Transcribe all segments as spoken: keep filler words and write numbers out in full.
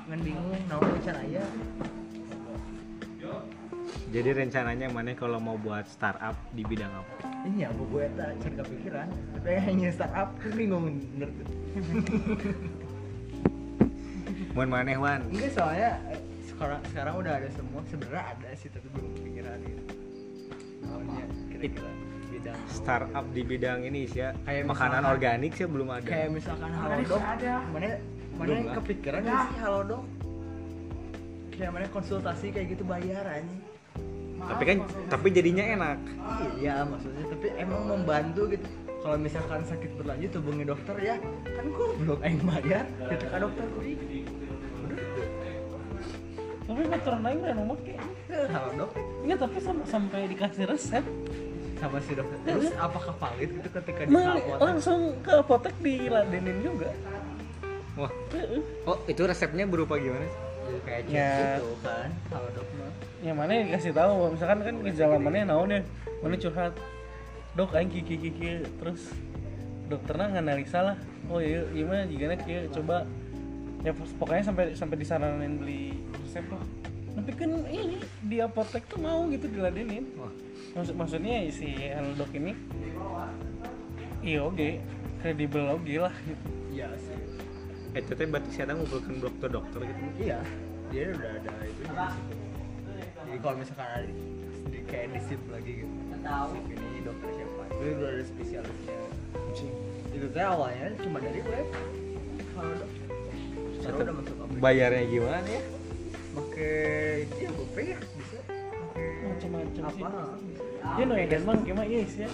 ngan bingung naon rencana aya. Jadi rencananya mana kalau mau buat startup di bidang apa? Iya, gue eta can kepikiran. Tapi hanya startup tuh bingung bener. Mun maneh Wan? Enggak, soalnya eh, sekarang sekarang udah ada semua, sebenarnya ada sih tapi belum kepikiran gitu. Naonnya kira-kira bidang Startup di bidang ini sih ya. Kayak Makanan misalkan- organik sih belum ada. kayak misalkan Halodoc ada. Mana mana Belum lah. kepikiran nggak sih Halodoc? Kayak mana konsultasi kayak gitu bayarannya. Tapi kan tapi jadinya enak. Iya, maksudnya tapi emang membantu gitu. Kalau misalkan sakit berlanjut hubungi dokter ya, kan goblok aing bayar, kita ke dokter kuy. Tapi baturan aing reno make. Halodoc Enggak, tapi sam- sampai dikasih resep. sama si dokter. Terus apakah valid gitu ketika di Nah, apotek? langsung ke apotek diladenin juga. Wah. Heeh. Oh, itu resepnya berupa gimana sih? Jadi kayak chat Ya. gitu kan, Halodoc mah. Yang mana dikasih tahu misalkan kan gejala mana naon ya. Mana curhat. Dok aing kiki kiki terus dokternya nganalisa lah. Oh iya, gimana jigana kieu coba ya pokoknya sampai sampai disaranin beli resep lah. Tapi kan ini di apotek tuh mau gitu diladenin. Wah. Maksud maksudnya si Halodoc ini iya oke, kredibel oke lah gitu. Iya sih. Itu teh berarti saya ngumpulkan dokter-dokter gitu. Iya, dia udah ada itu di situ. Jadi kalau misalkan ada di, kayak di sip lagi gitu, sip ini dokter siapa? Itu udah ada spesialisnya. Itu teh awalnya cuma dari web. Halodoc. Sekarang udah masuk aplikasi. Bayarnya gimana ya? Pakai itu ya GoPay ya bisa. Pakai Macam-macam sih. apa? Ya no ya dan mang kemah yes ya.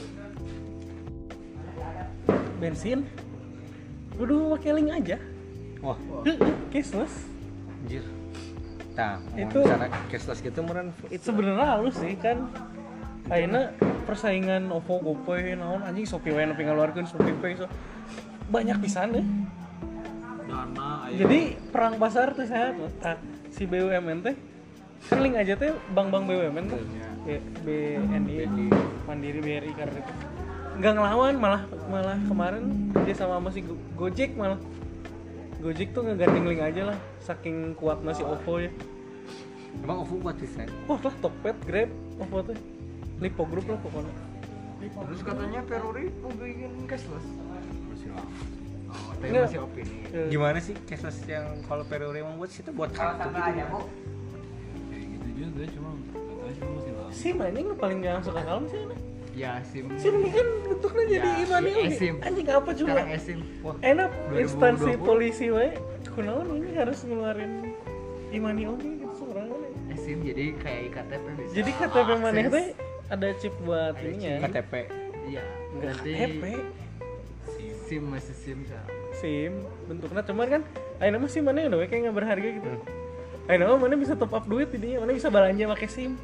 Bensin. Udah pakai link aja. Wah, Heeh, cashless. anjir. Nah, Itu- itu sana cashless gitu meureun Itu sebenarnya halus sih kan. Ayeuna persaingan OVO, GoPay, naon anjing Shopee wae nepi ngaluarkeun Shopee Pay so. Banyak pisan deh. Dana Jadi perang pasar tuh saya tuh. Ah, si B U M N teh kan link aja teh bank-bank B U M N tuh. Ya, B N I, Mandiri, B R I karena itu. Enggak ngelawan malah malah kemarin dia sama sama si Go- Gojek malah. Gojek tuh ngegandeng link aja lah saking kuatnya si OVO ya. Emang OVO buat desain? Wah lah Tokped, Grab, OVO tuh. Lipo Group lah pokoknya. Terus katanya Ferrari mau bikin cashless. Masih lama. Oh, tapi Nggak. masih opini. Eh, Gimana sih cashless yang kalau Peruri emang buat situ buat kartu gitu? Kayak gitu juga, cuma katanya cuma masih lama. SIM anjing lu paling gak suka kalem sih ini. Ya SIM. SIM ini kan bentuknya jadi Ya, imani si oke. eSIM. Anjing apa coba? Sekarang SIM. Wah, Enak dua ribu instansi dua puluh. polisi wae. Kunaon ini harus ngeluarin imani oke gitu seorang wae. SIM jadi kayak I K T P bisa. Jadi K T P maneh teh ada chip buat Ada ininya. K T P. Iya. Enggak Nanti K T P, SIM masih SIM sekarang. SIM bentuknya cuman kan ayeuna mah SIM maneh udah we kayak nggak berharga gitu. Ayeuna mah maneh bisa top up duit jadinya, maneh bisa belanja pakai SIM.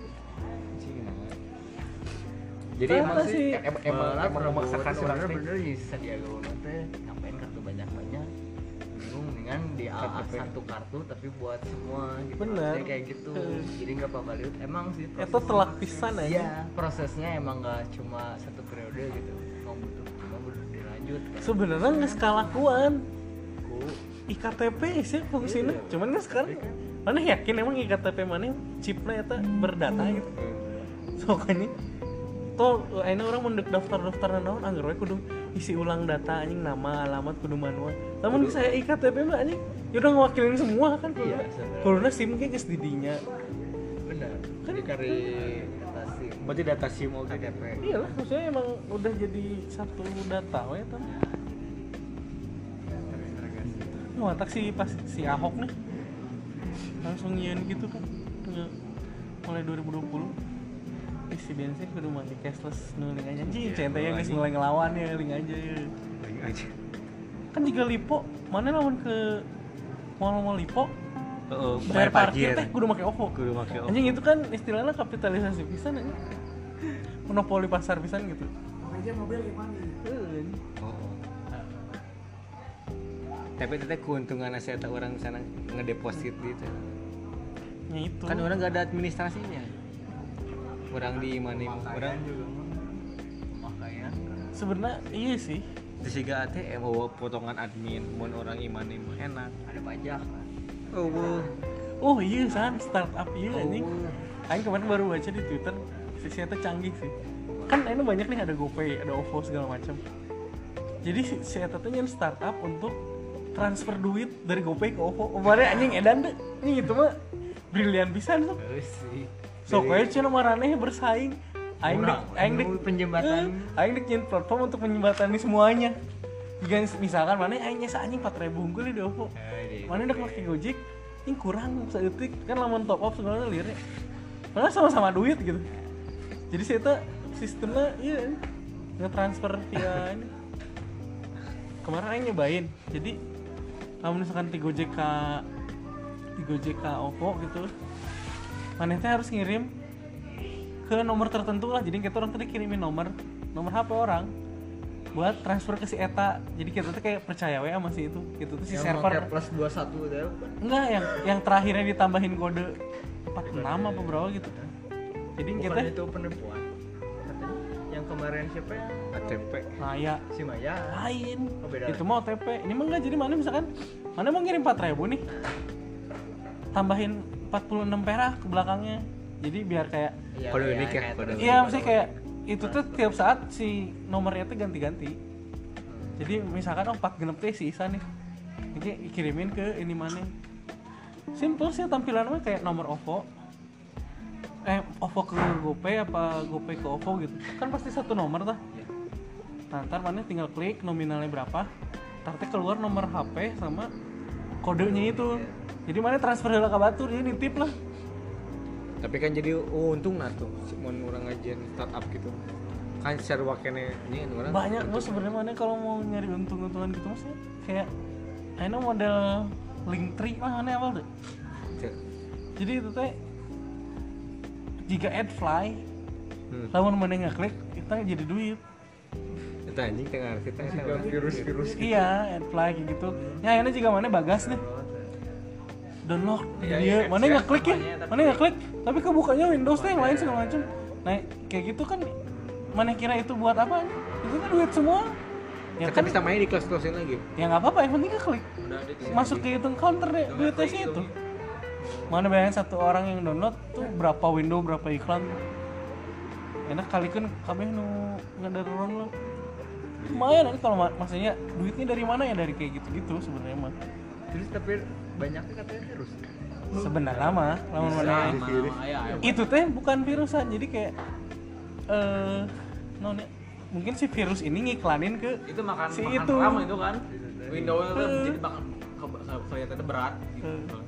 Jadi Apa emang sih? sih em- emang Malah emang Prabowo memaksakan tuh orang teh. bener-bener di Sandiaga Uno teh ngapain kartu banyak-banyak. Bingung dengan di A A satu kartu tapi buat semua gitu. Bener. Maksudnya kayak gitu. Eh. Jadi enggak apa-apa lihat. Emang sih Itu proses- telak pisan aja. Iya, prosesnya emang nggak cuma satu periode gitu. Mau butuh, mau butuh dilanjut. Kan. Sebenarnya nggak skalakuan. Ku, I K T P sih fungsinya. Cuman kan sekarang mana yakin emang I K T P mana chipnya eta berdata gitu. Soalnya toh ini orang mendek daftar-daftar naon anggar we kudu isi ulang data anjing nama alamat kudu manual. Namun saya I K T P mah anjing ya udah ngewakilin semua kan. Iya, Iya. sebenarnya. Kuluna SIM ge geus di dinya. bener. Kan- Jadi kari data SIM. Berarti data SIM oke. K T P. Iyalah maksudnya emang udah jadi satu data we eta. Wah, tak si pas si Ahok nih langsung nyian gitu kan Nge- mulai dua ribu dua puluh isi bensin kudu mati cashless nuling aja anjing centanya yang geus mulai ngelawan ya link aja ya. Lagi aja. Kan juga Lipo mana lawan ke mall-mall Lipo Heeh, bayar parkir teh kudu make OVO Kudu make OVO. anjing itu kan istilahnya kapitalisasi pisan anjing monopoli pasar pisan gitu Aja mobil gimana? Heuh. Oh. Tapi itu teh keuntungan saya tak orang sana ngedeposit gitu. Ya itu Kan orang nggak ada administrasinya. Orang di mana orang juga mah. Makanya sebenarnya iya sih terus juga A T M oh, potongan admin, mun orang iman mah enak. ada pajak kan. eueuh. Oh iya san, startup iya anjing. Aing kemarin baru baca di Twitter, si eta canggih sih. Kan ini banyak nih, ada GoPay, ada OVO segala macam. Jadi si, si eta tuh nyen startup untuk transfer duit dari GoPay ke OVO. Kemarin anjing edan deh. Ini itu mah brilian pisan tuh. Sok we cenah maraneh bersaing. Aing dek aing dek penjembatan. Eh, aing dek nyen platform untuk menjembatani semuanya. Jika misalkan mana aing nyesa anjing empat ribu unggul di OVO. Mana dek pakai Gojek, ini kurang saeutik kan lamun top up sebenarnya lirik. Padahal sama-sama duit gitu. Jadi saya tuh sistemnya iya nge-transfer via ini. Kemarin aing nyobain. Jadi kalau misalkan di Gojek ke di Gojek ke OVO gitu, mana teh harus ngirim ke nomor tertentu lah. Jadi kita orang tadi kirimin nomor nomor H P orang buat transfer ke si eta. Jadi kita tuh kayak percaya we sama si itu. Itu tuh si Yang server pakai plus dua puluh satu itu bukan? enggak yang yang terakhirnya ditambahin kode empat puluh enam apa berapa gitu. Jadi Bukan kita itu penipuan. Katanya yang kemarin siapa ya? A T P. Maya Si Maya. lain. Oh, beda Itu lagi. mau O T P. Ini mah enggak, jadi mana misalkan mana mau ngirim empat ribu nih. Tambahin empat puluh enam perak ke belakangnya. Jadi biar kayak Iya, Kode iya, unik ya, kayak kode terus. iya maksudnya kayak itu tuh tiap saat si nomornya tuh ganti-ganti. Jadi misalkan oh empat genep teh si Isa nih. Ini kirimin ke ini mana. Simple sih tampilannya kayak nomor OVO. Eh OVO ke GoPay apa GoPay ke OVO gitu. Kan pasti satu nomor tah. Nah, ntar mana tinggal klik nominalnya berapa. Ntar teh keluar nomor H P sama kodenya itu. Jadi mana transfer heula ka batur, jadi nitip lah. Tapi kan jadi oh, untung nah tuh mun urang ngajian startup gitu. Kan secara wakene ini orang Banyak lo sebenarnya mana kalau mau nyari untung-untungan gitu maksudnya kayak ini model Linktree lah aneh apa tuh. Jadi itu teh jika adfly Hmm. lamun mana ngeklik kita jadi duit. Eta anjing teh ngarti teh eta. Virus-virus gitu. Iya, adfly kayak gitu. Ya ini juga mana bagas nih. Download Iya, dia, iya, mana iya, ngeklik ya, namanya, tapi- mana ngeklik, tapi kebukanya Windows tuh yang lain segala macam. Nah kayak gitu kan, mana kira itu buat apa? Itu kan duit semua. Ya Kita kan, bisa main di kelas-kelasin lagi. ya nggak apa-apa, yang penting klik. Masuk ke hitung counter deh, duitnya sih itu. Mana bayangin satu orang yang download tuh berapa window, berapa iklan. Enak kali kan kami nu ngadaron lo. Lumayan nanti kalau ma- maksudnya duitnya dari mana ya, dari kayak gitu-gitu sebenarnya mah. Terus tapi banyaknya katanya virus. Sebenarnya mah lamun mana itu teh bukan virusan, jadi kayak eh non mungkin si virus ini ngiklanin ke itu makan si makan itu. RAM itu kan Windows itu Eh. jadi makan ke- ke- kelihatannya berat gitu. Eh.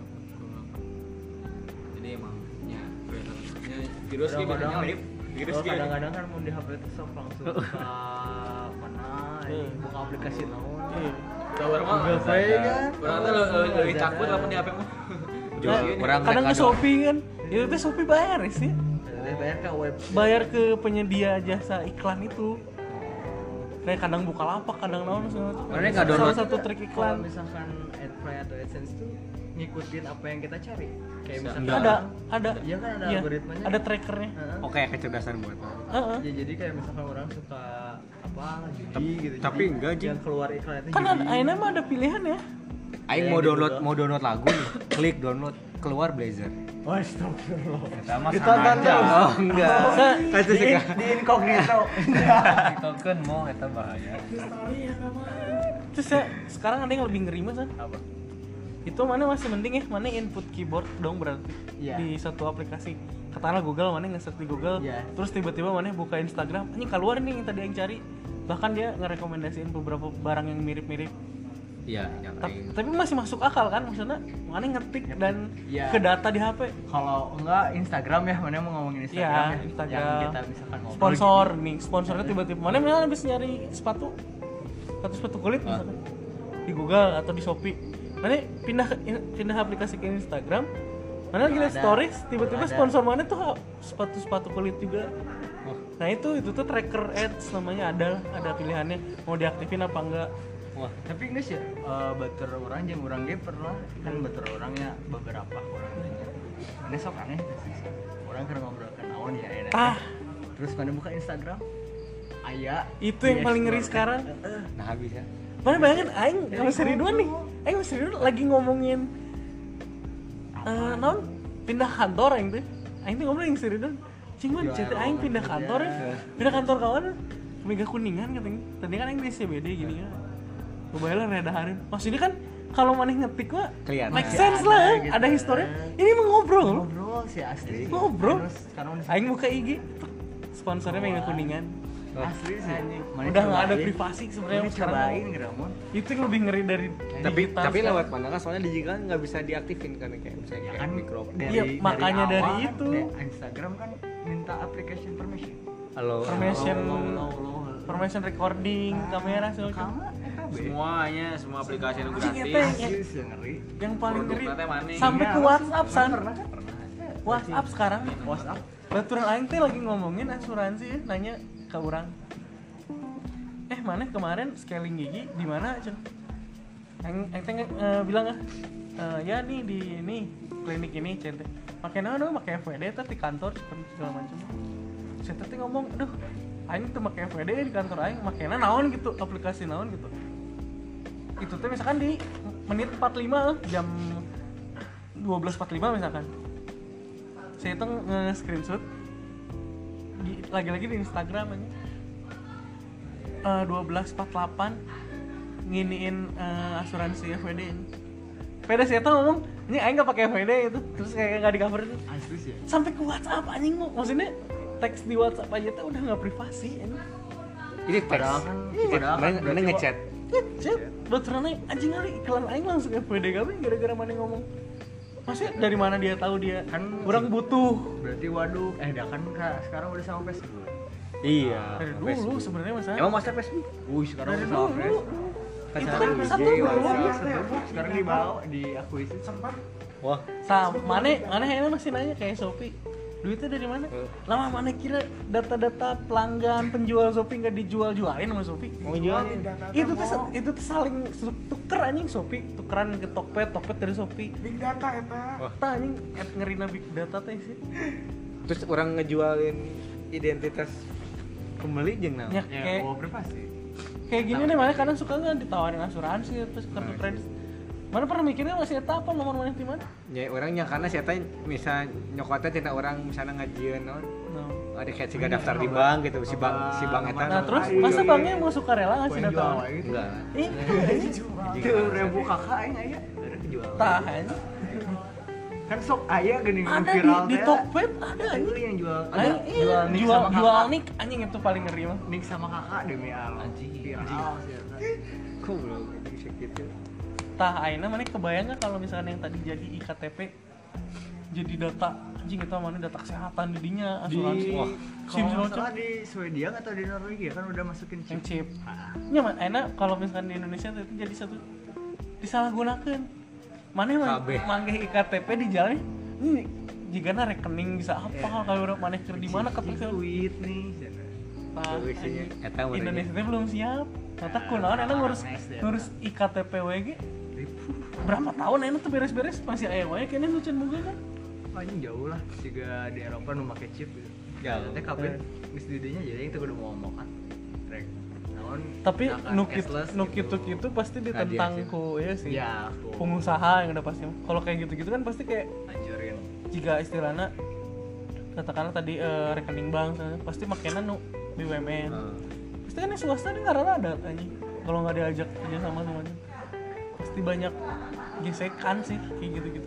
Jadi emang ya kelihatannya virus gitu Kadang-kadang biasanya mirip virus oh, gitu. kadang-kadang kan mau di H P itu sok langsung buka mana ini, buka aplikasi naon. Iya. Tower mah Google Play kan. berarti lo lebih takut lah di H P mah. Jual orang Kadang ke mereka Shopee kan, itu teh Shopee bayar sih, Jadi bayar ke web. bayar ke penyedia jasa iklan itu. Kayak kadang buka lapak, kadang naon segala macam. Mana nggak Salah download? satu trik Kalau iklan. misalkan AdFly atau AdSense tuh ngikutin apa yang kita cari. Kayak misalkan Enggak. Ada, ada. Iya kan ada Iya, algoritmanya. ada trackernya. Heeh. Oke, kecerdasan buat. Heeh. Ya jadi kayak misalkan orang suka apa judi Tapi- gitu. tapi Jadi enggak, Jing. yang keluar iklan itu Kan ada, judi. ayeuna mah ada pilihan ya. Aing Ya, mau gitu download doang. mau download lagu nih. Klik download, keluar Blazor. Oh, astagfirullah. Eta mah Ditonton sengaja. dong. Oh, enggak. Nah, Itu sih kan. Di incognito. Token mau eta bahaya. terus ya sekarang ada yang lebih ngeri mah san. Apa? Itu mana masih mending ya, mana input keyboard dong berarti Iya. di satu aplikasi. Katakanlah Google, mana nge-search di Google, Iya. terus tiba-tiba mana buka Instagram, ini keluar nih yang tadi yang cari. Bahkan dia ngerekomendasiin beberapa barang yang mirip-mirip. Iya, yang Ta- aing. Tapi masih masuk akal kan, maksudnya mana ngetik dan Iya. ke data di H P. Kalau enggak Instagram ya, mana mau ngomongin Instagram Iya, ya. Instagram. Yang kita misalkan ngobrol Sponsor gini. nih, sponsornya tiba-tiba mana misalnya habis nyari sepatu, sepatu sepatu kulit Ah. misalkan di Google atau di Shopee, mana pindah ke, pindah aplikasi ke Instagram, mana lagi lihat Ada. stories, tiba-tiba Ada. sponsor mana tuh ha- sepatu sepatu kulit juga. Oh. Nah itu itu tuh tracker ads namanya, ada ada pilihannya mau diaktifin apa enggak. Wah, Tapi enggak sih, eh batur orang jeung urang ge pernah kan batur orangnya beberapa orang nanya. Mana sok aneh orang keur ngobrol ke naon ya enak. Ah, Terus mana buka Instagram? Aya itu yang paling ngeri sekarang. nah habis ya. Mana bayangin aing sama si Ridwan nih. Aing sama si Ridwan lagi ngomongin eh non pindah kantor aing teh. Aing teh ngomong yang serius. Cing man, cete aing pindah kantor ya. Pindah kantor ka mana? Mega Kuningan katanya. Tadi kan aing di C B D gini ya. Kebayang rada hareun. Maksudnya kan kalau maneh ngetik mah Kelihatan. make sense lah, gitu. ada historia. Ini mah ngobrol. Ngobrol sih asli. Ngobrol. Terus sekarang udah Aing buka I G. Sponsornya Mega Kuningan. asli sih. Mana Udah nggak ada cobain. privasi sebenarnya Mana sekarang. cobain Gramon. Itu yang lebih ngeri dari Tapi digital tapi sekarang. lewat mana kan soalnya digital nggak bisa diaktifin kan kayak misalnya Ya kayak kan mikrofon. Iya, makanya dari awal kan, itu. dari Instagram kan minta application permission. Halo. Permission, Lo, lo, lo, lo. permission recording, kamera segala macam. Kamu E K B. Semuanya, semua aplikasi yang Anjing, gratis. eta yang- Asli sih ngeri. Yang paling ngeri Produknya mana? sampai Iya, ke apa sih? WhatsApp san. Pernah kan? WhatsApp sekarang. WhatsApp. Baturan aing teh lagi ngomongin asuransi ya, nanya ke orang. Eh, mana kemarin scaling gigi di mana, Cen? Aing aing teh eh, bilang ah, eh, ya nih di ini klinik ini, Cen teh. Pakai naon? Pakai F W D teh di kantor seperti segala macam. Saya teh ngomong, "Aduh, aing tuh pakai F W D di kantor aing, makanya naon gitu, aplikasi naon gitu." Itu tuh misalkan di menit empat puluh lima jam dua belas empat puluh lima misalkan. Saya tuh nge-screenshot di- lagi-lagi di Instagram aja. Uh, dua belas empat puluh delapan nginiin uh, asuransi F W D ini. Pada saya tuh ngomong, "Ini aing enggak pakai F W D itu." Terus kayak enggak di-cover itu. Asli sih. Sampai ke WhatsApp anjing mau. Maksudnya teks di WhatsApp aja tuh udah enggak privasi anjing. Ini teks. Padahal kan padahal kan Mana mana berarti ngechat. Ngechat, baturan aing anjing kali iklan aing langsung F W D kami gara-gara mana ngomong. Maksudnya dari mana dia tahu dia Kan orang butuh berarti waduh eh dah kan ka- sekarang udah sama Facebook. Iya. dari dulu Facebook. sebenarnya masalah. Emang masa Facebook? Wih, sekarang Dari udah sama dulu. Facebook. Itu Kan kan satu dulu. sekarang dibawa diakuisisi sempat. Wah. Sama, mana mana ini masih nanya kayak Shopee. Duitnya dari mana? Lama mana kira data-data pelanggan penjual Shopee nggak dijual-jualin sama Shopee? Mau jual? Itu tuh itu tuh saling tuker anjing Shopee, tukeran ke Tokped, Tokped dari Shopee. Big data eta. Wah. Tah anjing app ngerina big data teh sih. Terus orang ngejualin identitas pembeli jeung naon? Ya, Ya, kayak oh privasi. kayak gini nih mana kadang suka nggak ditawarin asuransi terus kartu Nah, kredit. Mana pernah mikirnya masih eta apa nomor mana di mana? Ya orang nya karena saya tanya misal nyokotnya tina orang misalnya ngajieun naon. No. Ada kayak siga daftar di bank gitu si bank si bank eta. Nah, terus masa banknya mau suka rela ngasih Poin data? jual gitu. enggak. Ih, Tuh ribu kakak aing aya. Ada kejual. tah anjing. Kan sok aya geuning Ada di, viral di teh. Tokped ada Itu anjing. yang jual Aing jual iya, nik jual sama jual kakak. nik anjing itu paling ngeri mah. Nik sama kakak demi Allah. Viral sih eta. Kok belum bisa gitu. Tah ayeuna mana kebayang nggak kalau misalkan yang tadi jadi I K T P jadi data anjing itu mana data kesehatan didinya asuransi Di wah kalau sim nggak segala salah macam di Swedia atau di Norwegia kan udah masukin chip. yang chip Ah. nya mah enak kalau misalkan di Indonesia itu jadi satu disalahgunakan mana mah Kabeh. manggih I K T P di jalan ini jika rekening bisa apa kalau udah mana kerja di mana ketik duit nih. Tah, Tuh isinya anjing. eta mah Indonesia teh belum siap kata kunaon enak ngurus ngurus I K T P we ge berapa tahun enak tuh beres-beres masih aya wae kene nu can boga kan Paling jauh lah jika di Eropa nu make chip gitu. Jauh. Teh kabeh geus di dinya jadi itu kudu ngomong kan. Rek. Naon? tapi misalkan nu cashless nu kitu-kitu pasti ditentang Hadiah sih. ku ya sih Ya, aku pengusaha yang udah pasti kalau kayak gitu-gitu kan pasti kayak anjurin. jika istilahnya katakanlah tadi eh, rekening bank misalnya, pasti makanya nu B U M N Heeh. pasti kan yang swasta ini karena ada anjing kalau nggak diajak kerja sama semuanya pasti banyak gesekan sih kayak gitu-gitu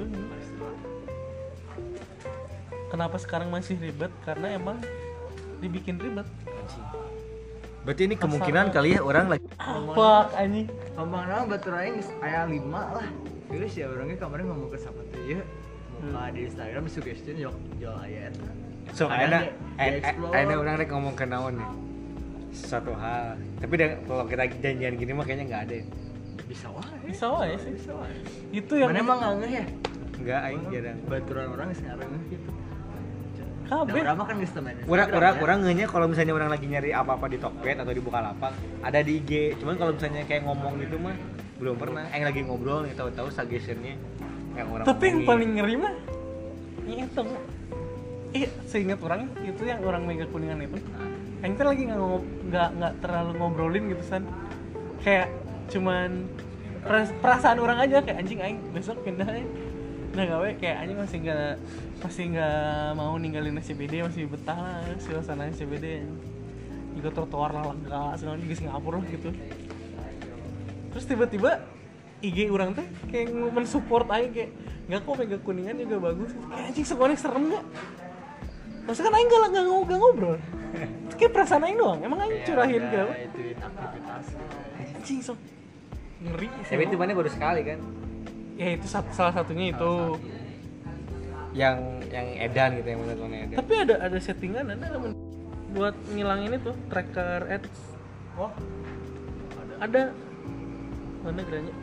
kenapa sekarang masih ribet karena emang dibikin ribet Berarti ini kemungkinan kali ya orang lagi apa anjing Ngomong nama batur aing geus aya lima lah. Terus ya orangnya kemarin ngomong ke siapa tuh ya? Muka di Instagram suggestion jual jual aya eta. so Kadang ada di- ada di-explore. ada orang rek ngomong ke naon nih satu hal tapi dah- kalau kita janjian gini mah kayaknya nggak ada ya. Bisa wae. bisa wae sih Bisa wae. itu yang Mana emang nggak ngeh ya? nggak aing jarang Baturan orang geus ngareng gitu. kabeh Berapa kan geus temen. orang orang orang ngehnya kalau misalnya orang lagi nyari apa-apa di Tokped atau di Bukalapak ada di I G cuman kalau misalnya kayak ngomong gitu mah belum pernah aing lagi ngobrol nih tahu-tahu suggestionnya yang orang tapi yang ngomongin. paling ngeri mah itu eh seingat orang itu yang orang Mega Kuningan itu Aing tuh lagi nggak ngob- nggak nggak terlalu ngobrolin gitu san kayak cuman peras- perasaan orang aja kayak anjing aing besok pindah aja udah gawe kayak anjing masih nggak masih nggak mau ninggalin S C B D, masih betah lah suasana S C B D. Juga trotoar lah lega, segala juga Singapura lah gitu. Terus tiba-tiba I G orang teh kayak mensupport aing kayak nggak kok Mega Kuningan juga bagus. Kayak anjing semuanya serem nggak? Maksudnya kan aing nggak nggak ngobrol, nggak ngobrol. Itu kayak perasaan aing doang. Emang aing curahin ke apa? Ituin aktivitas. Anjing sok ngeri sih. Tapi itu mana baru sekali kan? Ya itu sat- salah satunya itu. Yang yang edan gitu yang menurut mana edan. Tapi ada ada settingan ada men- buat ngilangin itu tracker ads. Oh, Ada mana geranya?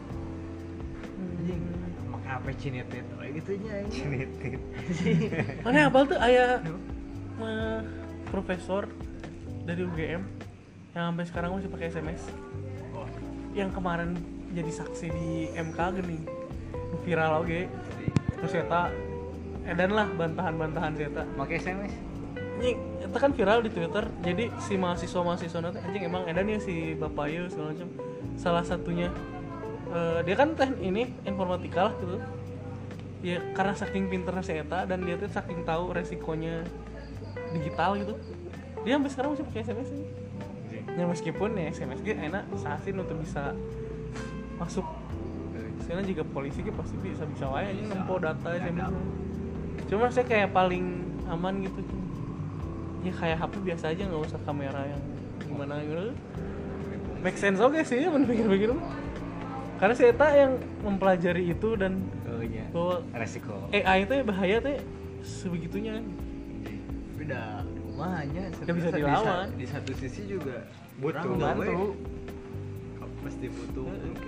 anjing. Make H P cinetit kayak gitunya anjing. Cinitin. Mana apal tuh aya mah profesor dari U G M yang sampai sekarang masih pakai S M S. Oh, Yang kemarin jadi saksi di M K gini. Viral oge. Terus eta edan lah bantahan-bantahan si eta. Pakai S M S. Anjing, itu kan viral di Twitter. Jadi si mahasiswa-mahasiswa nanti anjing emang edan ya si Bapak Yu segala macam. Salah satunya eh, dia kan teh ini informatika lah gitu. Ya karena saking pinternya si eta dan dia tuh saking tahu resikonya digital gitu. Dia sampai sekarang masih pakai S M S ini. Ya meskipun ya S M S ge enak sasin untuk bisa masuk. Sekarang juga polisi ge pasti bisa bisa wae anjing nempo data S M S. Cuma saya kayak paling aman gitu. Ya kayak H P biasa aja, nggak usah kamera yang gimana gitu. Make sense oke sih ya pikir-pikir. Karena saya tak yang mempelajari itu dan Oh iya. bahwa Resiko. A I itu bahaya tuh sebegitunya kan. beda rumahnya. Nggak bisa dilawan. Di satu sisi juga Butuh. orang gawe, Bantu. pasti butuh gitu.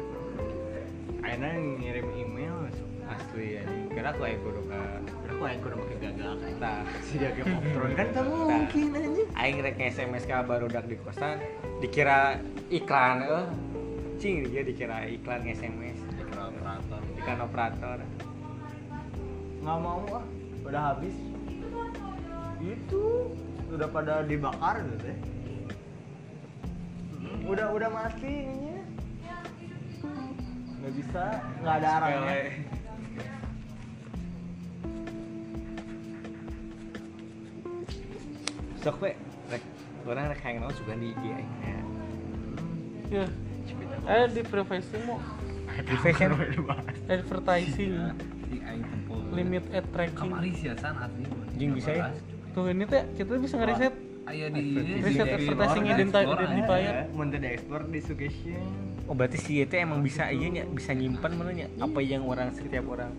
Akhirnya ngirim email Asli ya. Kira aku yang kudu ka. berapa yang kudu pakai gagak kan? Tah. Si dia ke Poptron kan tak mungkin anjing. Aing rek S M S ka barudak di kosan dikira iklan eh. Cing dia dikira iklan S M S. Dikira operator. Iklan operator. Nggak mau ah, udah habis. Itu udah pada dibakar gitu deh. Udah udah mati ininya. Nggak bisa, nggak ada arahnya. Sok we rek orang rek hangout juga di I G aing. Ya. Eh di privacy mau Di fashion advertising Si aing tempel. limit ad tracking. Kamari siasan asli. Jeung bisa ya? Tuh ini teh kita bisa ngeriset Aya di riset advertising identi- identifier. Mun teu diekspor di suggestion. Oh berarti si itu emang bisa iya nya bisa nyimpan mana nya apa yang orang setiap orang.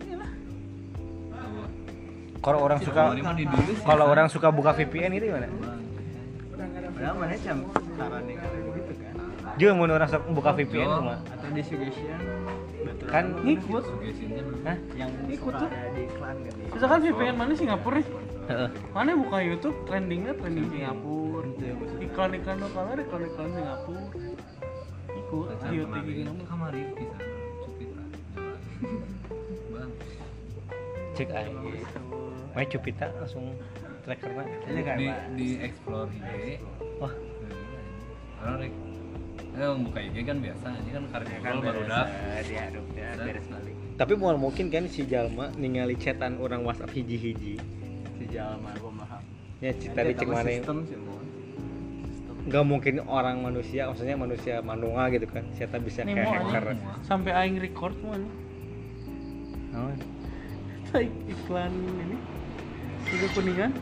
Kalau orang suka kalau orang suka buka V P N itu gimana? Padahal mana cam cara dengan gitu kan. Juga mau orang suka buka V P N cuma Atau di suggestion betul kan Ngikut. Hah? yang Ikut suka tuh. ada di iklan kan. Misalkan V P N mana Singapura nih? Heeh. Mana buka YouTube trendingnya trending Singapura. Iklan-iklan lokal ada iklan-iklan Singapura. Ikut di YouTube gitu. Kamari bisa. Cupita. Bang. Cek aja. Main Cupita langsung trackernya. Ini kan Di Pak. di explore I G. Wah, Orang rek eh buka I G kan biasa, ini kan karya kan baru udah. diaduk dia beres balik. tapi mau mungkin kan si Jalma ningali chatan orang WhatsApp hiji-hiji. Si Jalma gua paham. Ya cita di cek mana yang sistem sih mau. nggak mungkin orang manusia, maksudnya manusia manual gitu kan. Siapa bisa Nih kayak mau hacker. aja. Sampai aing record mau nih. Oh, Ik- iklan ini Mega Kuningan.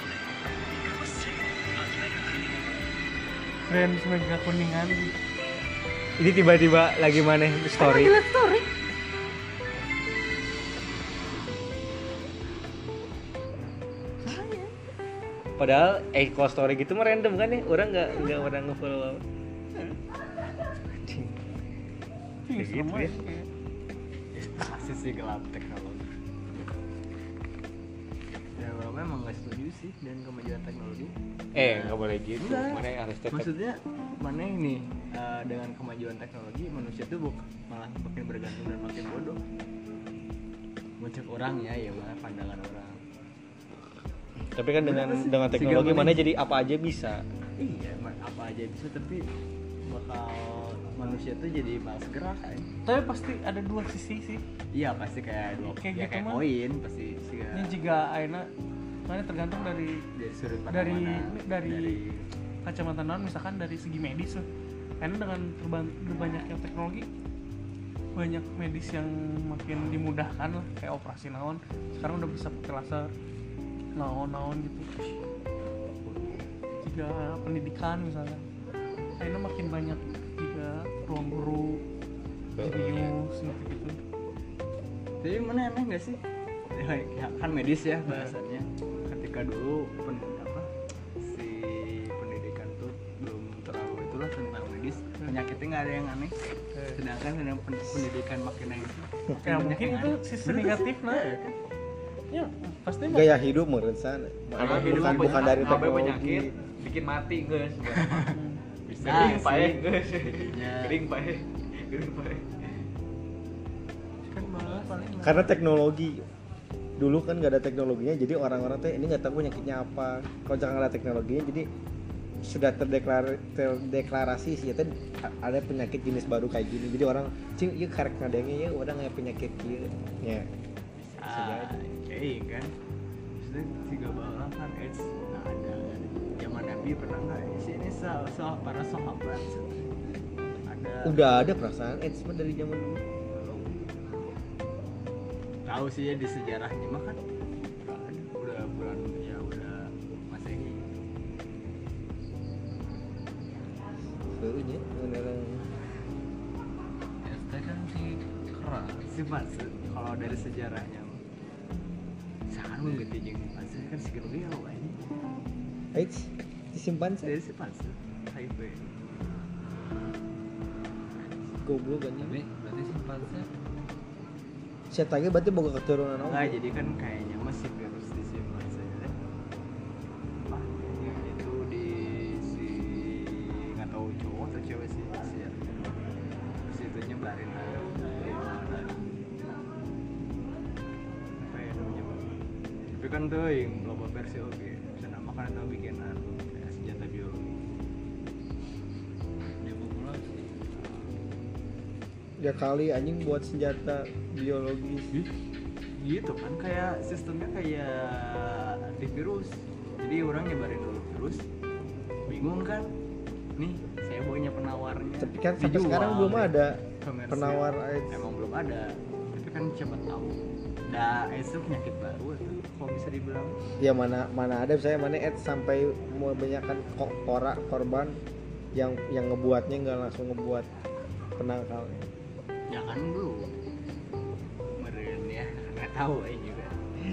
Friends Mega Kuningan. ini tiba-tiba lagi mana story. Lagi liat story. Padahal eh kalau story gitu mah random kan ya. Orang nggak nggak orang nge-follow. Ih, Kayak gitu sama ya. ya. Masih sih gelap teknologi. Ya gua memang nggak setuju sih dengan kemajuan teknologi. Eh nggak boleh gitu. Enggak. Mana harus tetap. Maksudnya mana ini eh, dengan kemajuan teknologi manusia tuh buk, malah makin bergantung dan makin bodoh. Mencek orang ya, ya mah pandangan orang. Tapi kan dengan Kenapa sih? dengan Si teknologi gambarnya- mana jadi apa aja bisa. Iya, ma- apa aja bisa tapi bakal manusia tuh jadi malas gerak kan. Tapi pasti ada dua sisi sih. Iya pasti kayak dua Kayak ya, gitu kayak mah. koin pasti sih Ini juga aina mana tergantung dari dari sudut pandang dari mana, dari, kacamata non misalkan dari segi medis tuh. Karena dengan berban- berbanyaknya teknologi banyak medis yang makin dimudahkan lah kayak operasi naon sekarang udah bisa pakai laser naon-naon gitu. Juga pendidikan misalnya akhirnya makin banyak juga ruang guru jenius gitu. Jadi mana aneh nggak sih? Ya, kan medis ya bahasannya. Ketika dulu pen, apa si pendidikan tuh belum terlalu itulah tentang medis, penyakitnya nggak ada yang aneh. Sedangkan dengan pen- pendidikan makin naik itu, makin Ya banyak mungkin yang itu aneh. sisi Bener tuh negatif sih. nah. Iya, kan? Ya pasti mah. Gaya hidup menurut sana. Karena bukan hidup bukan dari sampai teknologi. penyakit bikin mati guys. Bisa Gering pae sih. guys. Ya. Gering pae. Gering pae. Kan malah paling Karena teknologi dulu kan nggak ada teknologinya, jadi orang-orang tuh ini nggak tahu penyakitnya apa. Kalau jangan ada teknologinya, jadi sudah terdeklar terdeklarasi sih ya ada penyakit jenis baru kayak gini. Jadi orang cing iya karek nadengnya ya udah nggak penyakit gitu. Ya. ah, iya kan. Maksudnya tiga bala kan AIDS nah ada kan. Zaman Nabi pernah nggak di sini sah sah para sahabat ada. Udah ada perasaan AIDS mah dari zaman dulu. Tahu sih ya di sejarahnya mah kan nggak ada. Udah bulan ya udah Masehi. Soalnya beneran S T kan si keras. Si fase kalau dari sejarahnya mah sangat mengerti jeung fase kan si gede ya ini AIDS disimpan sih. dari si fase H I V. Goblok kan. Tapi berarti sifatnya Saya tanya berarti boga keturunan Enggak, apa? jadi kan kayaknya masih virus disimpan saja. Ah, itu di si nggak tahu cowok atau cewek sih si ya. Terus itu nyebarin aja. Apa ya namanya bang? Tapi kan tuh yang global versi oke. Bisa namakan atau bikinan kayak senjata biologi. dia pula Ya kali anjing buat senjata biologis. Gitu kan kayak sistemnya kayak antivirus. Jadi orang nyebarin dulu virus. Bingung kan? Nih, saya punya penawarnya. Tapi kan sampai Dijual sekarang belum deh. ada Komersil. penawar AIDS. Emang belum ada. Tapi kan siapa tahu. Nah, AIDS itu penyakit baru itu. Kalau bisa dibilang. Ya mana mana ada saya mana AIDS sampai mau banyakkan kok ora korban yang yang ngebuatnya nggak langsung ngebuat penangkalnya. Ya kan dulu. Meren ya, nggak tahu aja juga.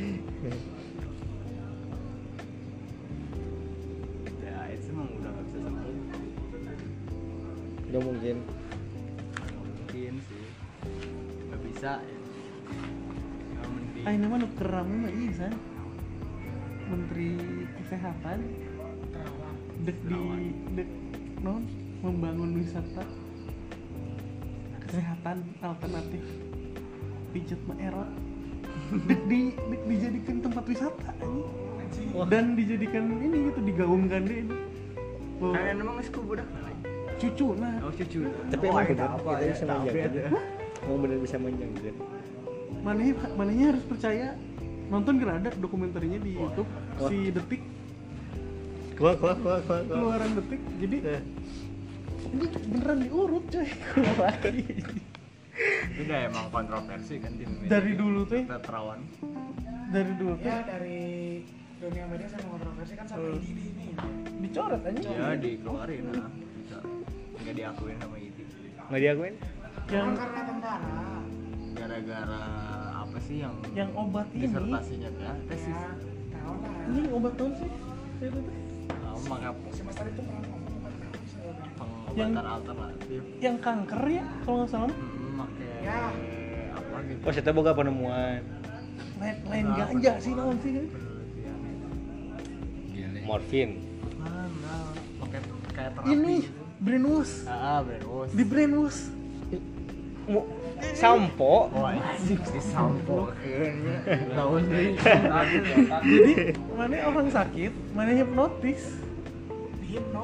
Ya, AIDS emang udah nggak bisa sembuh. Nggak mungkin. Nggak mungkin sih. Nggak bisa. Ya. Ya, mending. Ah ini mah nu keram mah iya san. Menteri Kesehatan dek di dek non membangun wisata kesehatan alternatif pijat mah erot dek di dek dijadikan tempat wisata anjing. Dan dijadikan ini gitu digaungkan deh ini. Oh, Kalian emang nggak suka budak kali? cucu nah Oh cucu. Tapi Oh, emang ada bener apa kita ya? bisa Tapi menjaga. ada. Mau bener bisa menjaga. manehnya manehnya harus percaya nonton kan ada dokumenternya di YouTube Wah. si Detik Kuat kuat kuat kuat. keluaran Detik jadi Eh. ini beneran diurut coy keluar lagi Itu udah emang kontroversi kan di media. dari dulu tuh Kita terawan. dari dulu tuh Ya dari dunia media sama kontroversi kan sampai Hmm. di ini ya. dicoret aja Ya dikeluarin nah. Bisa. Nggak diakuin sama I T. Nggak diakuin? yang Kan karena tentara. Gara-gara apa sih yang yang obat ini disertasinya ya? Tesis. Ya, tahu lah. ini obat tahun sih itu tuh Oh, maka Semester itu pernah ngomong obat apa sih? pengobatan Yang- alternatif. yang kanker ya kalau nggak salah Hmm, pakai Ya. apa gitu. Oh, saya boga penemuan lain lain ganja sih naon sih kan Penelitian. gile. morfin. Ah, nah, pakai kayak terapi ini gitu. brainwash Ah, brainwash. di brainwash Mu- sampo. Oh, anjing di sampo kayaknya. Tahu sih. jadi mana orang sakit mana hipnotis Dihipno mana?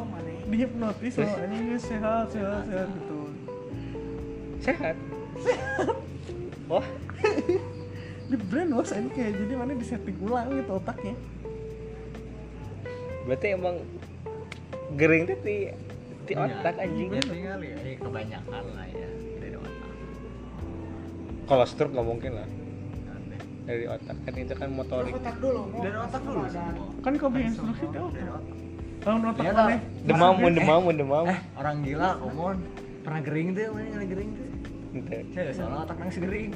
dihipnotis loh anjing geus sehat sehat sehat gitu. Sehat. Wah, Di brainwash aja kayak jadi mana di setting ulang gitu otaknya. berarti emang gering tuh di di Iya. otak anjing. Ya tinggal ya, eh, kebanyakan lah ya dari otak. Kalau stroke nggak mungkin lah Aneh. dari otak kan itu kan motorik. otak dulu mau Dari otak dulu semua. Kan kau bikin Semua instruksi tuh. dari otak. Tahun otak Iya, mana? Demam, mun demam, mun demam. Eh, orang gila, omon pernah gering tuh, mana yang gering tuh? Ente. Saya soalnya otak nang gering.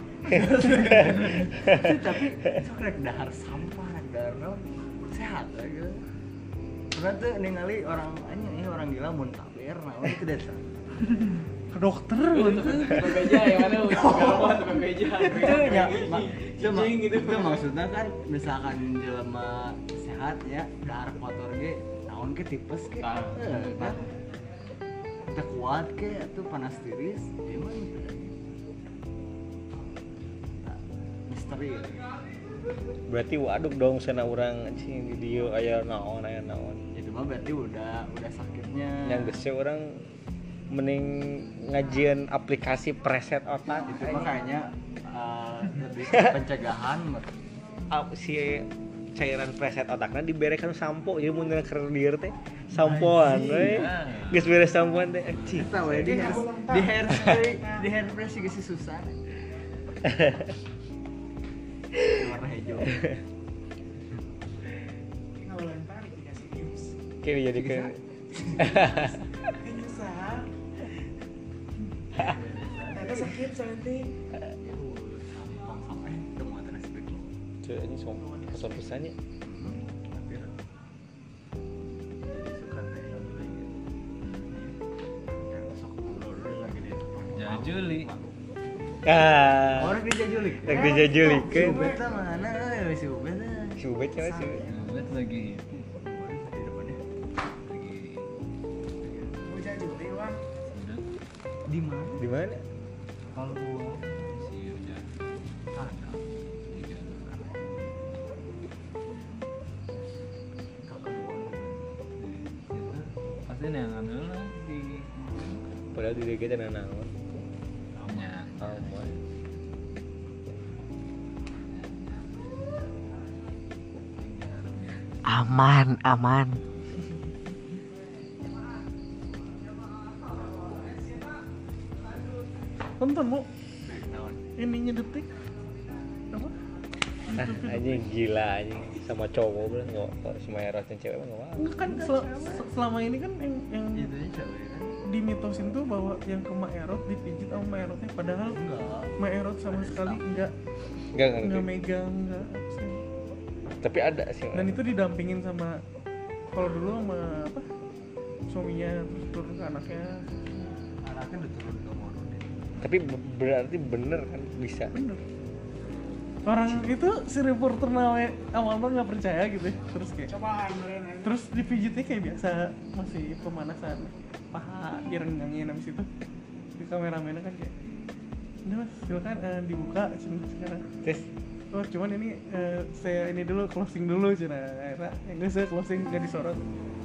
Tapi sok rek dahar sampah, rek dahar naon, sehat lah gitu. Pernah tuh ningali orang anjing ini orang gila mun taber naon itu deh. Ke dokter gitu. bebeja yang mana segala macam bebeja Itu ya, ma- itu, ma- itu maksudnya kan misalkan jelema sehat ya, dahar kotor ge naon ke tipes ke. Tah. Eh, kan. Teu kuat ke atuh panas tiris, gimana gitu. Nah, misteri. Berarti waduk dong sana orang anjing di dieu aya naon aya naon. Itu mah berarti udah udah sakitnya. Yang geus orang mending ngajian aplikasi preset otak Itu mah kayaknya uh, lebih ke pencegahan menurut. Ap- si cairan preset otaknya diberekan sampo jadi mun keur dieu teh sampoan we geus beres sampoan teh anjing. Kita we di hair di hair spray di hair spray sih geus susah. Warna hijau. nggak boleh tarik dikasih tips Kayak dijadikan ini sah ada sakit nanti Sampang sampai temu atas spray. cuy ini som pesan pesannya Jajuli ah Orang dijajuli. rek dijajulikeun Beta mana euy si Ubed. si ubet nya si Ubed lagi Di depannya. lagi mau jajuli wan udah Di mana? di mana Kalau gua si udah ada tiga kakak gua. pasti neangan lah di padahal di dia teh naon nya aman Aman, aman. Tonton mu Naon? ininya detik. Apa? ah anjing gila anjing sama cowok bilang nggak kok sama eros dan cewek mah nggak mau Enggak kan sel- se- selama ini kan yang yang Itu aja cewek kan? dimitosin tuh bahwa yang ke Maerot dipijit sama Maerotnya padahal Enggak. Maerot sama sekali enggak nggak ngerti enggak megang enggak apa sih. tapi ada sih Dan itu didampingin sama kalau dulu sama apa suaminya terus turun ke anaknya. Anaknya udah turun ke mono deh. tapi be- berarti bener kan bisa Bener. Orang itu si reporter nawe awalnya nggak percaya gitu ya. Terus kayak cobaan beneran terus dipijitnya kayak biasa masih pemanasan paha direnggangin habis itu di kameramennya kan kayak ini mas silakan eh, dibuka cina sekarang terus oh cuman ini eh, saya ini dulu closing dulu cina akhirnya enggak saya closing nggak disorot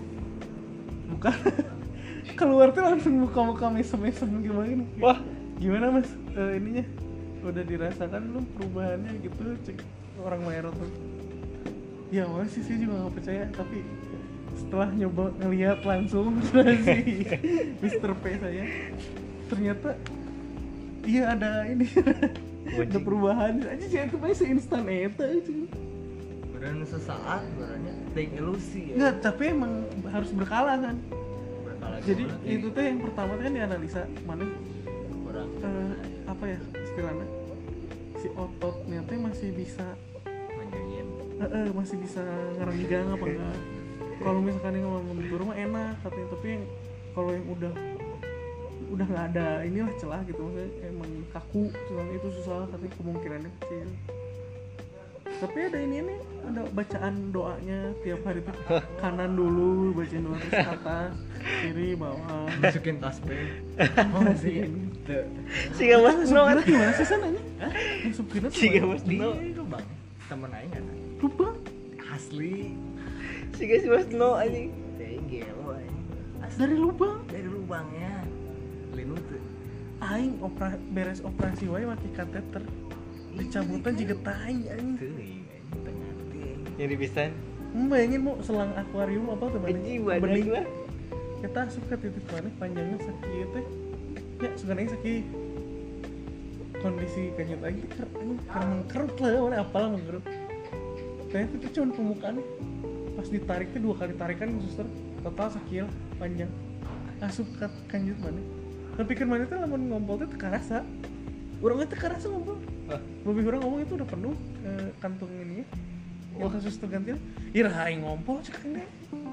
buka keluar tuh langsung muka-muka mesem-mesem gimana wah gimana mas Eh, ininya udah dirasakan belum perubahannya gitu cek orang Maerot tuh ya awalnya sih saya juga nggak percaya tapi setelah nyoba ngelihat langsung si mister P saya ternyata iya ada ini ada perubahan aja sih itu masih instan eta aja Beneran sesaat, benerannya take ilusi ya. nggak tapi emang harus berkala kan Berkala jadi gimana? itu tuh yang pertama tuh kan dianalisa mana kurang eh, apa ya istilahnya si ototnya tuh masih bisa manjain. eh, eh, masih bisa ngerenggang apa enggak kalau misalkan yang mau mundur mah enak katanya tapi yang kalau yang udah udah nggak ada inilah celah gitu maksudnya emang kaku soalnya itu susah katanya kemungkinannya kecil tapi ada ini ini ada bacaan doanya tiap hari tuh kanan dulu bacain doa terus ke atas kiri bawah Masukin tasbih. Oh sih. Tuh. sih gak mas no Subkina gimana sih sananya? Yang Subkina tuh sih gak mana? mas Di no Lubang. Temen aing kan. Lupa Asli. sih gak mas no anjing Teh gelo aing. dari lubang. dari lubangnya linut tuh. Aing opera, beres operasi wae pakai kateter. Dicabutan juga tai anjing. Teuing anjing tengah teuing. Yang dipisahin. Hmm, bayangin mau selang akuarium apa tuh mana? Anjing badan Bening. gua. Kita suka titik mana panjangnya sakit teh. Ya suka nanya sakit. Kondisi kanyut lagi ker anjing kerut lah mana apalah mengkerut. Ternyata itu cuma pembukaannya. Pas ditarik tuh dua kali tarikan suster total sakit lah panjang. Asup ke kanjut mana? Tapi kan mana tuh lamun ngompol tuh terasa. Urangnya tuh kerasa ngompol. Lebih kurang ngomong itu udah penuh eh, kantung ini ya. Yang kasus tergantian. Ira aing ngompol cek ini.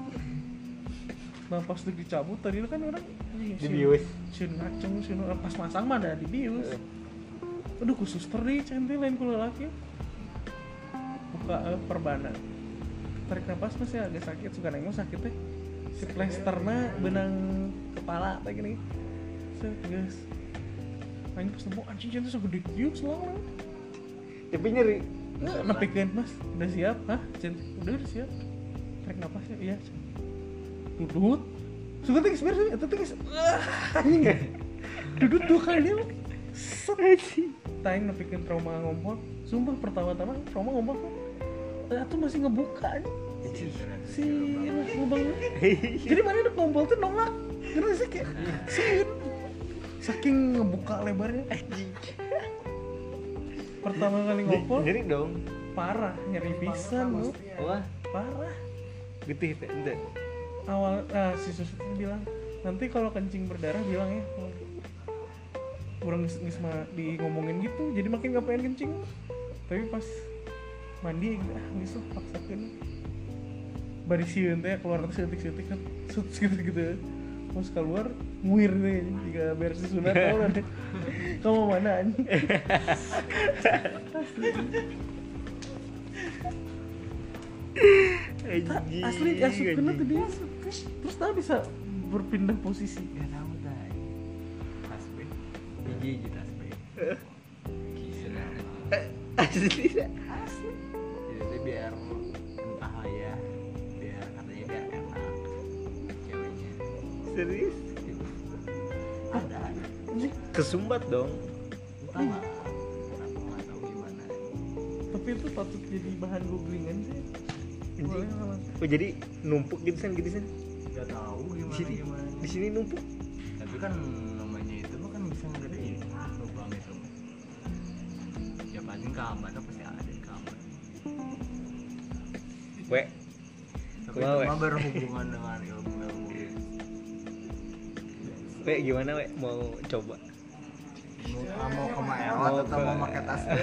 Nah pas udah dicabut tadi kan orang Dibius. Sieun ngacung sieun pas masang mah ada dibius. Aduh ku suster deh centil lain ku lelaki. Buka eh, perbana. Tarik napas masih agak sakit, suka nengok sakit teh. Si plesterna benang kepala teh gini. Set guys. Aing pas nemu anjing jantung segede kieu selalu. Tapi nyeri. Nggak nepikeun mas, udah siap? Hah? Cent, udah udah siap. Tarik napas ya, iya. Dudut. Suka tinggi sebenarnya, itu tinggi. Anjing. Dudut dua kali lu. Set. Taing nepikeun trauma ngompol. Sumpah pertama-tama trauma ngompol kok. Atuh masih ngebuka aja. Si mas lubang. Jadi mana udah ngompol tuh nolak. Karena sih kayak sin. Saking ngebuka lebarnya. Pertama kali ngompol Nyeri dong. parah, nyeri pisan lu. Wah, Parah. getih teh ente. Awal ah, si suster bilang, nanti kalau kencing berdarah bilang ya. Kurang geus mah di ngomongin gitu, jadi makin gak pengen kencing. Tapi pas mandi ah geus lah paksakeun. Bari sieun teh keluar teh seutik-seutik kan. Sut gitu-gitu. Pas keluar nguir nih jika beres sunat tau lah deh. Kamu mana anjing? Anjing. Asli asup kena tuh dia. Terus tau bisa berpindah posisi. Gak tahu dah. Tasbe. Biji aja tasbe. Kisah. Asli. Asli. Jadi biar entah lah ya. Biar katanya biar enak. Ceweknya. Serius? Ada ada. Anjing, Kesumbat dong. Entah lah. Kenapa nggak tahu gimana. tapi itu patut jadi bahan googlingan sih. Boleh lah, Mas. Oh jadi numpuk gitu kan gitu kan? Gak tahu Di gimana sini, gimana. di sini numpuk. Tapi kan namanya itu mah kan bisa ngedein lubang itu. Ya paling keaman pasti ada keaman. We, Tapi Kumaha, itu we? mah berhubungan dengan ilmu-ilmu. we gimana we mau coba? Mau, mau ke Maerot Mau atau ke- mau pakai tas B?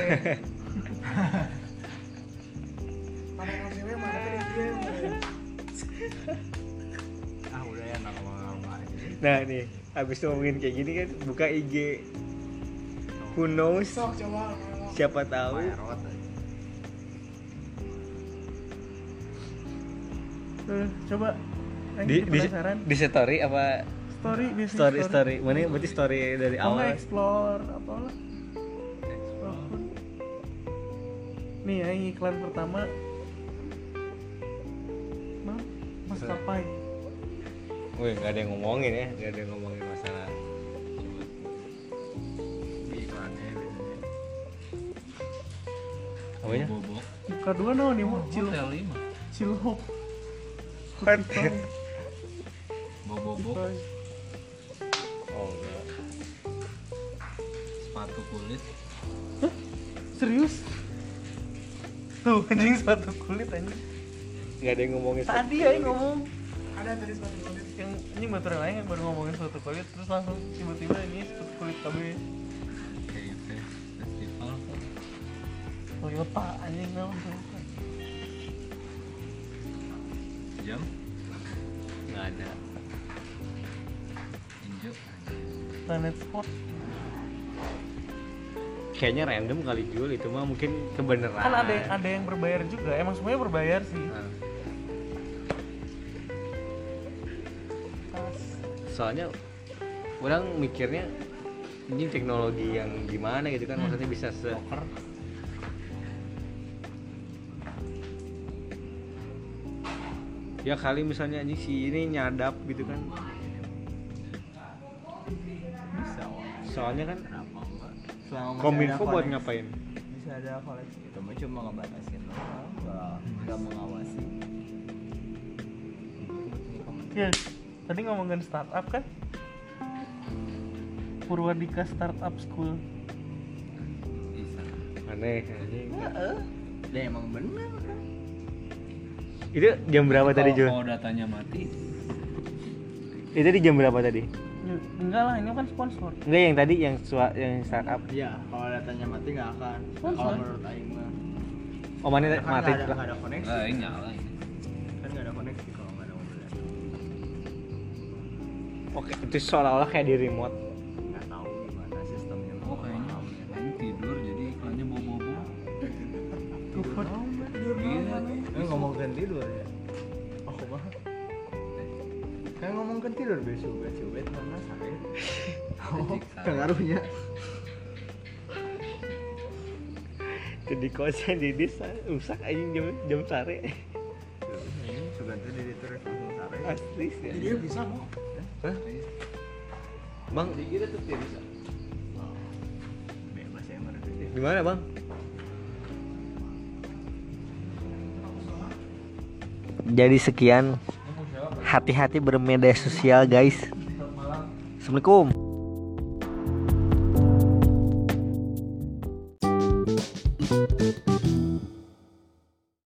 Mana yang cewek mana tadi dia. Ah udah ya nama-nama aja. Nah nih, abis ngomongin kayak gini kan buka I G. Who knows? Sok coba kalau Siapa tahu. Maerot aja. Eh, coba Aing Di, di, penasaran. di story apa story biasanya story story mana berarti story dari Oh, awal. explore apa lah. Nih ya iklan pertama. Mam, maskapai. Wih nggak ada yang ngomongin ya, nggak ada yang ngomongin masalah. Di iklannya biasanya. Apanya? Bobok. Buka dua no nih mau chill Hotel lima. chill hop. What? Bobok. Oh enggak. Sepatu kulit. Serius? Tuh anjing sepatu kulit anjing. Nggak ada yang ngomongin. Tadi ya ngomong ada tadi sepatu kulit. yang ini motor lain yang baru ngomongin sepatu kulit terus langsung tiba-tiba ini sepatu kulit K B. Kayak festival. Toyota anjing naon Toyota. Jam. Nggak ada. Injo. Planet Sport. Kayaknya random kali jual itu mah mungkin kebenaran. Kan ada yang ada yang berbayar juga. Emang semuanya berbayar sih. Nah, Tas. soalnya orang mikirnya ini teknologi yang gimana gitu kan, maksudnya bisa se ya kali misalnya anjing si ini nyadap gitu kan, soalnya kan Kenapa enggak? Selama masih kominfo ada buat koneksi- ngapain? Bisa ada koleksi itu mah cuma ngebatasin doang, nggak nggak mengawasi. Ya, tadi ngomongin startup kan? Purwadika Startup School. Bisa. Aneh anjing. Heeh. Ya emang bener kan. Itu jam berapa tadi Kalau- Jul? Kalau datanya mati, Itu di jam berapa tadi? Ya, enggak lah, ini kan sponsor. Enggak yang tadi yang sua, yang startup. Iya, kalau datanya mati nggak akan. Sponsor. Kalau menurut Aing mah. Oh mana Kan mati nggak ada, lah. nggak ada koneksi. lah ini nyala ini. Kan nggak ada koneksi kalau nggak ada mobil. Oke, itu seolah-olah kayak di remote. Nggak tahu gimana sistemnya. Oh kayaknya ini tidur jadi iklannya bobo-bobo. Gila. Kan ngomongin tidur ya. Oh mah. Kan ngomongin tidur besok besok bet mana sakit. Oh, pengaruhnya. Jadi kosnya di desa rusak anjing jam jam sare. Ini sudah tadi terus langsung sare. Asli sih. Jadi dia bisa mau. Hah? Bang, Dikira tuh dia bisa. Bebas ya mana sih. gimana Bang? Jadi sekian. Hati-hati bermedia sosial, guys. Assalamualaikum.